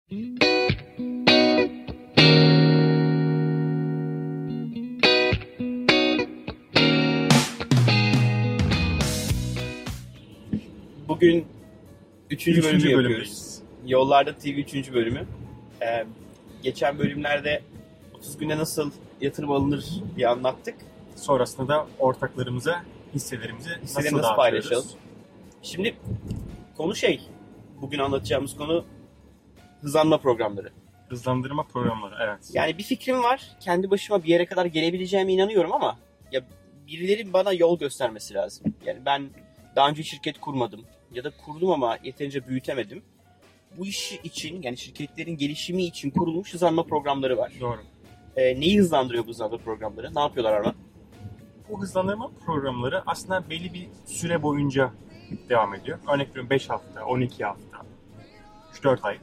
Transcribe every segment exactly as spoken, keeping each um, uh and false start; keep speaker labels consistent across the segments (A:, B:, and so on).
A: Bugün üçüncü bölümü
B: Üçüncü
A: yapıyoruz.
B: bölümdeyiz.
A: Yollarda T V üçüncü bölümü. Ee, geçen bölümlerde otuz günde nasıl yatırım alınır diye anlattık.
B: Sonrasında da ortaklarımıza hisselerimizi
A: Hisseleri
B: nasıl,
A: nasıl
B: dağıtıyoruz?
A: paylaşalım? Şimdi konu şey, bugün anlatacağımız konu hızlanma programları.
B: Hızlandırma programları, evet.
A: Yani bir fikrim var, kendi başıma bir yere kadar gelebileceğime inanıyorum ama ya birileri bana yol göstermesi lazım. Yani ben daha önce şirket kurmadım ya da kurdum ama yeterince büyütemedim. Bu iş için, yani şirketlerin gelişimi için kurulmuş hızlanma programları var.
B: Doğru.
A: Ee, neyi hızlandırıyor bu hızlanma programları? Ne yapıyorlar Arman?
B: Bu hızlandırma programları aslında belli bir süre boyunca devam ediyor. Örnek veriyorum beş hafta, on iki hafta, üç dört ay.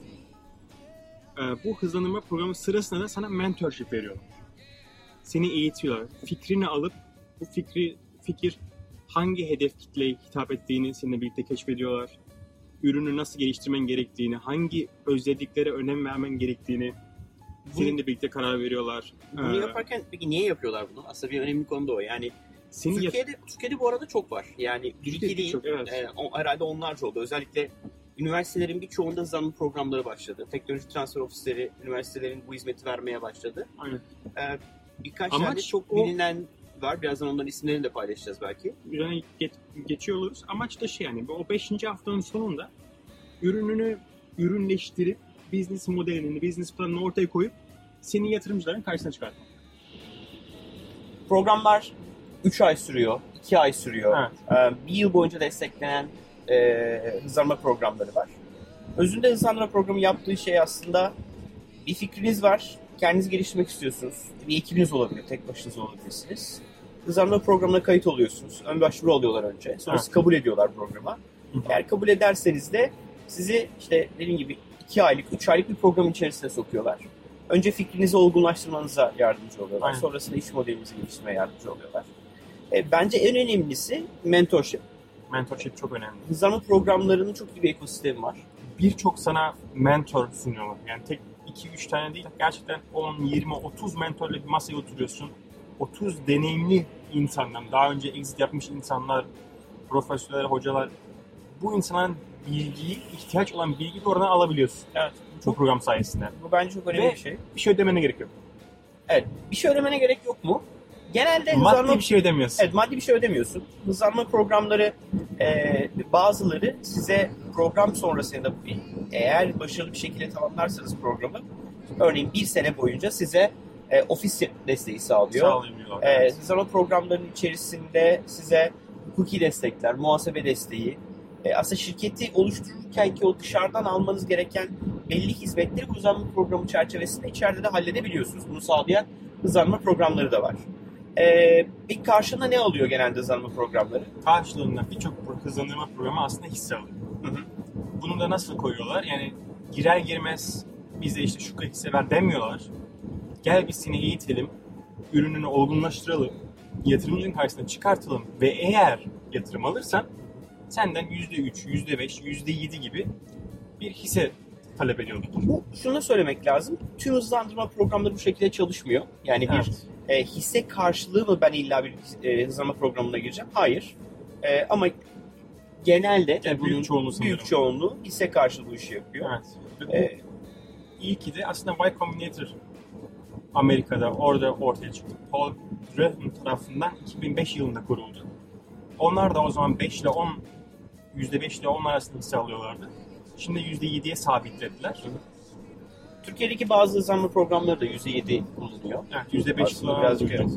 B: Ee, bu hızlandırma programı sırasında da sana mentorship veriyorlar. Seni eğitiyorlar. Fikrini alıp bu fikri fikir hangi hedef kitleye hitap ettiğini seninle birlikte keşfediyorlar. Ürünü nasıl geliştirmen gerektiğini, hangi özelliklere önem vermen gerektiğini seninle birlikte karar veriyorlar.
A: Bunu
B: Ee,
A: yaparken peki niye yapıyorlar bunu? Aslında bir önemli konu da o. Yani
B: Seni yap-
A: Türkiye'de, Türkiye'de bu arada çok var. Yani bir iki
B: Türkiye'de
A: değil,
B: çok, evet.
A: e, o, herhalde onlarca oldu. Özellikle üniversitelerin birçoğunda hızlanma programları başladı. Teknoloji transfer ofisleri, üniversitelerin bu hizmeti vermeye başladı.
B: Aynen.
A: E, birkaç
B: Amaç
A: tane çok
B: o-
A: bilinen var. Birazdan onların isimlerini de paylaşacağız belki.
B: Yani geç, geçiyor oluruz. Amaç da şey, yani o beşinci haftanın sonunda ürününü ürünleştirip business modelini, business planını ortaya koyup seni yatırımcıların karşısına çıkartmak.
A: Programlar üç ay sürüyor, iki ay sürüyor.
B: Evet.
A: E, bir yıl boyunca desteklenen e, hızlanma programları var. Özünde hızlanma programı yaptığı şey aslında bir fikriniz var, kendinizi geliştirmek istiyorsunuz. Bir ekibiniz olabilir, tek başınıza olabilirsiniz. Hızlanma programına kayıt oluyorsunuz. Ön başvuru alıyorlar önce. Sonra
B: Evet.
A: sizi kabul ediyorlar programa.
B: Hı hı.
A: Eğer kabul ederseniz de sizi işte dediğim gibi iki aylık, üç aylık bir programın içerisine sokuyorlar. Önce fikrinizi olgunlaştırmanıza yardımcı oluyorlar.
B: Aynen.
A: Sonrasında iş modelinizi geliştirmeye yardımcı oluyorlar. E, bence en önemlisi mentorship.
B: Mentorship çok önemli.
A: Hızlanma programlarının çok iyi bir ekosistemi var.
B: Birçok sana mentor sunuyorlar. Yani tek iki üç tane değil. Gerçekten on, yirmi, otuz mentorla bir masaya oturuyorsun. otuz deneyimli insanlar, daha önce exit yapmış insanlar, profesörler, hocalar. Bu insanların bilgiyi, ihtiyaç olan bilgiyi de oradan alabiliyorsun.
A: Evet.
B: Bu program sayesinde.
A: Bu bence çok önemli
B: Ve
A: bir şey.
B: bir şey ödemene gerek yok.
A: Evet. Bir şey ödemene gerek yok mu? Genelde
B: Maddi
A: hızlanma...
B: bir şey ödemiyorsun.
A: Evet, maddi bir şey ödemiyorsun. Hızlanma programları e, bazıları size program sonrasında eğer başarılı bir şekilde tamamlarsanız programı, örneğin bir sene boyunca size e, ofis desteği sağlıyor.
B: Sağlayabiliyorlar.
A: E,
B: Evet.
A: hızlanma programlarının içerisinde size hukuki destekler, muhasebe desteği, e, aslında şirketi oluştururken ki o dışarıdan almanız gereken belli hizmetleri bu hızlanma programı çerçevesinde içeride de halledebiliyorsunuz. Bunu sağlayan hızlanma programları da var. Ee, bir karşılığında ne alıyor genelde hızlanma programları?
B: Karşılığında birçok hızlandırma programı aslında hisse alıyor.
A: Hı hı.
B: Bunu da nasıl koyuyorlar? Yani girer girmez bize işte şu kadar hisse ver demiyorlar. Gel biz seni eğitelim, ürününü olgunlaştıralım, yatırımcının karşısına çıkartalım ve eğer yatırım alırsan senden yüzde üç, yüzde beş, yüzde yedi gibi bir hisse talep ediyorlar.
A: Bu, şunu da söylemek lazım. Tüm hızlandırma programları bu şekilde çalışmıyor. Yani bir
B: Evet.
A: e, hisse karşılığı mı ben illa bir e, hızlanma programına gireceğim? Hayır. E, ama genelde
B: Yani büyük çoğunluğu sanırım.
A: büyük çoğunluğu hisse karşılığı bu işi yapıyor.
B: Evet. Ve bu
A: E,
B: iyi ki de aslında Y Combinator Amerika'da orada ortaya çıktı. Paul Graham tarafından iki bin beş yılında kuruldu. Onlar da o zaman beş ile on, yüzde beş ile on arasında hisse alıyorlardı. Şimdi yüzde yediye sabitlediler.
A: Türkiye'deki bazı hızlanma programları da yüzde yedi bulunuyor.
B: Evet, yüzde beş
A: Aslında birazcık evet.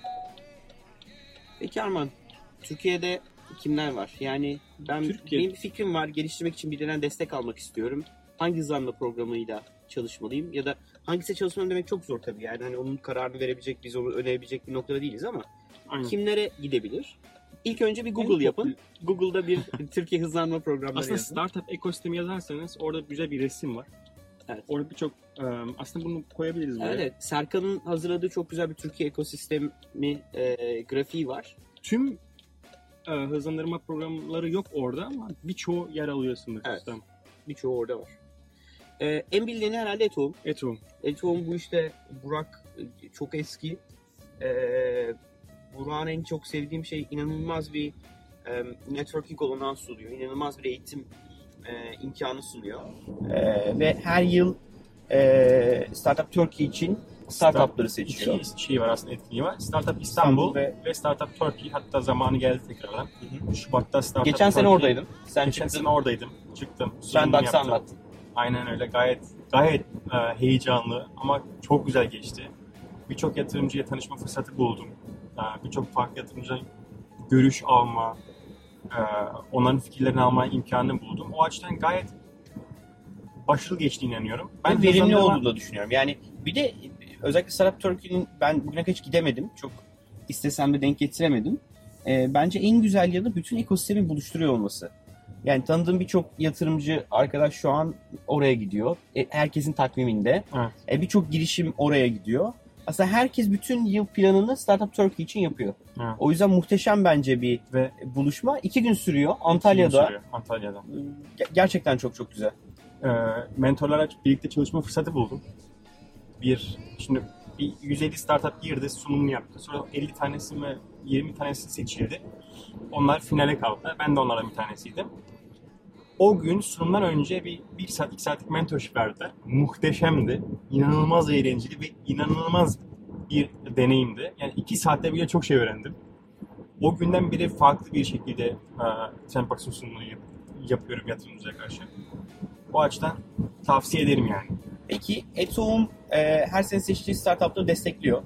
A: Peki Arman, Türkiye'de kimler var? Yani ben
B: Türkiye-
A: benim bir fikrim var. Geliştirmek için birinden destek almak istiyorum. Hangi hızlanma programıyla çalışmalıyım? Ya da hangisiyle çalışmalıyım demek çok zor tabii. Yani hani onun kararını verebilecek, biz onu önerebilecek bir noktada değiliz ama
B: Aynen.
A: kimlere gidebilir? İlk önce bir Google
B: En
A: yapın. Google'da bir Türkiye hızlanma programları
B: Aslında
A: yazın.
B: startup ekosistemi yazarsanız orada güzel bir resim var.
A: Evet.
B: Orada birçok um, aslında bunu koyabiliriz buraya.
A: Evet, Serkan'ın hazırladığı çok güzel bir Türkiye ekosistemi e, grafiği var.
B: Tüm e, hızlandırma programları yok orada ama birçoğu yer alıyor sanırım.
A: Evet. Birçoğu orada var. Ee, en bilineni herhalde Eto'um.
B: Eto'um.
A: Eto'um bu işte Burak çok eski. Ee, Burak'ın en çok sevdiğim şey inanılmaz bir e, networking olanağı sunuyor. İnanılmaz bir eğitim e, imkanı sunuyor. E, ve her yıl e, Startup Turkey için startupları seçiyor.
B: İki şey var aslında, etkinliği var. Startup İstanbul, İstanbul
A: ve,
B: ve Startup Turkey. Hatta zamanı geldi tekrardan. Hı hı. Şubat'ta Startup
A: Geçen
B: Turkey.
A: sene oradaydın. Sen
B: Geçen
A: çıktın.
B: sene oradaydım. Çıktım.
A: Ben Dax'ı anlattım.
B: Aynen öyle. Gayet gayet e, heyecanlı ama çok güzel geçti. Birçok yatırımcıya tanışma fırsatı buldum. E, Birçok farklı yatırımcıya görüş alma, e, onların fikirlerini alma imkanını buldum. O açıdan gayet başarılı geçtiğine inanıyorum.
A: Ben verimli olduğunu da düşünüyorum. Yani bir de özellikle Startup Turkey'nin ben bugüne kadar hiç gidemedim. Çok istesem de denk getiremedim. E, bence en güzel yanı bütün ekosistemin buluşturuyor olması. Yani tanıdığım birçok yatırımcı arkadaş şu an oraya gidiyor. E, herkesin takviminde.
B: Evet.
A: E, birçok girişim oraya gidiyor. Aslında herkes bütün yıl planını Startup Turkey için yapıyor.
B: Evet.
A: O yüzden muhteşem bence bir ve buluşma. İki gün sürüyor. Antalya'da.
B: gün sürüyor. Antalya'da.
A: Gerçekten çok çok güzel.
B: Ee, mentorlarla birlikte çalışma fırsatı buldum. Bir, şimdi bir yüz elli startup girdi, sunumunu yaptı. Sonra elli tanesi mi yirmi tanesi seçildi. Onlar finale kaldı. Ben de onlardan bir tanesiydim. O gün sunumdan önce bir, bir saat, iki saatlik mentorship verdiler. Muhteşemdi. İnanılmaz eğlenceli ve inanılmaz bir deneyimdi. Yani iki saatte bile çok şey öğrendim. O günden beri farklı bir şekilde Sandbox'un sunumunu yap, yapıyorum yatırımcıya karşı. O açıdan tavsiye ederim yani.
A: Peki Eto'um e, her sene seçtiği startupları destekliyor.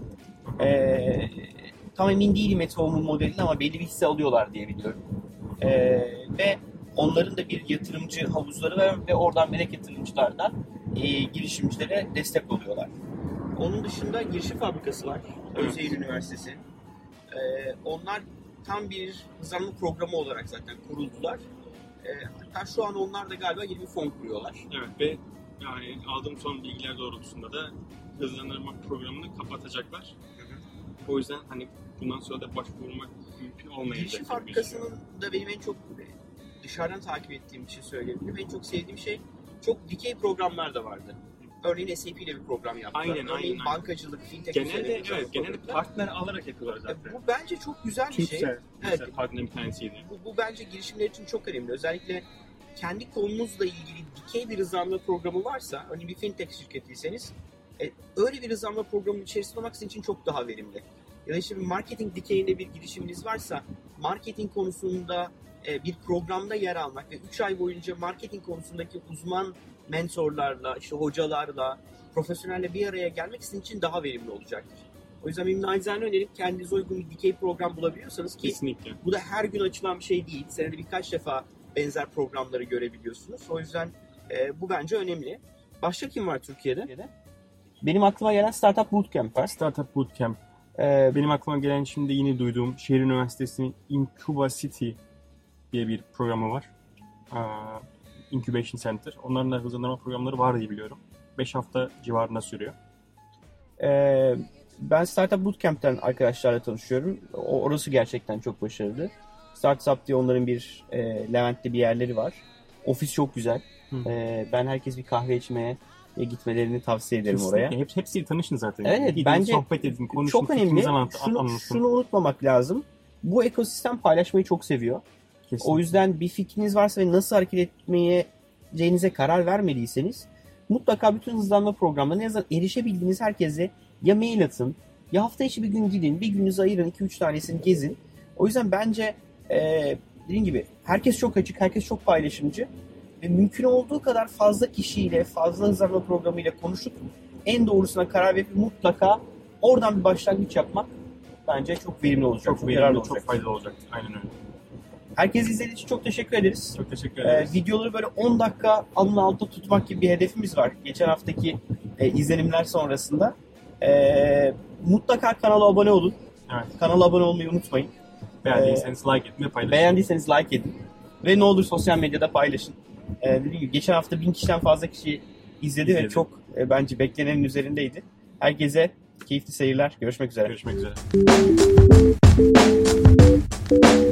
A: E, tam emin değilim Eto'umun modelini ama belli bir hisse alıyorlar diye biliyorum. E, ve onların da bir yatırımcı havuzları var ve oradan melek yatırımcılardan e, girişimcilere destek oluyorlar. Onun dışında girişim fabrikası var. Özyeğin Üniversitesi. E, onlar tam bir hızlanma programı olarak zaten kuruldular. E, hatta şu an onlar da galiba yeni bir fon kuruyorlar.
B: Evet ve yani aldığım son bilgiler doğrultusunda da hızlandırma programını kapatacaklar. Hı hı. O yüzden hani bundan sonra da başvurmak mümkün olmayacak.
A: Girişim fabrikasının da benim en çok dışarıdan takip ettiğim için söyleyebilirim. En çok sevdiğim şey çok dikey programlar da vardı. Örneğin S A P ile bir program yaptılar.
B: Aynen,
A: Örneğin
B: aynen.
A: bankacılık, fintech
B: genelde evet, genelde partner alarak yapıyorlar zaten.
A: Bu bence çok güzel bir
B: Türkcell,
A: şey.
B: Evet. Partnerin bir tanesiydi.
A: Bu, bu bence girişimler için çok önemli. Özellikle kendi konunuzla ilgili dikey bir hızlanma programı varsa, örneğin bir fintech şirketiyseniz, e, öyle bir hızlanma programının içerisinde olmak sizin için çok daha verimli. Ya da işte bir marketing dikeyinde bir girişiminiz varsa, marketing konusunda e, bir programda yer almak ve üç ay boyunca marketing konusundaki uzman mentorlarla, işte hocalarla, profesyonelle bir araya gelmek sizin için daha verimli olacaktır. O yüzden benim naçizane önerim kendinize uygun bir dikey program bulabiliyorsanız ki
B: kesinlikle.
A: Bu da her gün açılan bir şey değil. Senede birkaç defa benzer programları görebiliyorsunuz. O yüzden e, bu bence önemli. Başka kim var Türkiye'de? Benim aklıma gelen Startup Bootcamp var.
B: Startup Bootcamp. Ee, Benim aklıma gelen şimdi yeni duyduğum Şehir Üniversitesi'nin Incuba City diye bir programı var. Ee, Incubation Center. Onların da hızlandırma programları var diye biliyorum. beş hafta civarında sürüyor.
A: Ee, ben Startup Bootcamp'ten arkadaşlarla tanışıyorum. O, orası gerçekten çok başarılı. Startup diye onların bir e, Levent'te bir yerleri var. Ofis çok güzel. E, ben herkes bir kahve içmeye gitmelerini tavsiye ederim
B: kesinlikle.
A: oraya.
B: Hep, hepsiyle tanışın zaten.
A: Evet,
B: Gidin,
A: bence
B: sohbet edin, konuşun,
A: çok önemli.
B: Anlat,
A: şunu, şunu unutmamak lazım. Bu ekosistem paylaşmayı çok seviyor. Kesinlikle. O yüzden bir fikriniz varsa ve nasıl hareket etmeyeceğinize karar vermediyseniz mutlaka bütün hızlanma programlarına yazın. Erişebildiğiniz herkese ya mail atın, ya hafta içi bir gün gidin, bir gününüzü ayırın, iki üç tanesini gezin. O yüzden bence Ee, dediğim gibi herkes çok açık, herkes çok paylaşımcı ve mümkün olduğu kadar fazla kişiyle, fazla hızlanma programıyla konuşup en doğrusuna karar verip mutlaka oradan bir başlangıç yapmak bence çok verimli olacak.
B: Çok, çok verimli, olacak. Çok faydalı olacak. Aynen öyle.
A: Herkes izlediği için çok teşekkür ederiz.
B: Çok teşekkür ederiz.
A: Ee, videoları böyle on dakika alın altta tutmak gibi bir hedefimiz var. Geçen haftaki e, izlenimler sonrasında. E, mutlaka kanala abone olun.
B: Evet.
A: Kanala abone olmayı unutmayın.
B: Beğendiyseniz ee, like etmeyi paylaşın.
A: Beğendiyseniz like edin. Ve ne olur sosyal medyada paylaşın. Ee, dediğim gibi geçen hafta bin kişiden fazla kişi izledi, izledi. ve çok e, bence beklenenin üzerindeydi. Herkese keyifli seyirler. Görüşmek üzere.
B: Görüşmek üzere.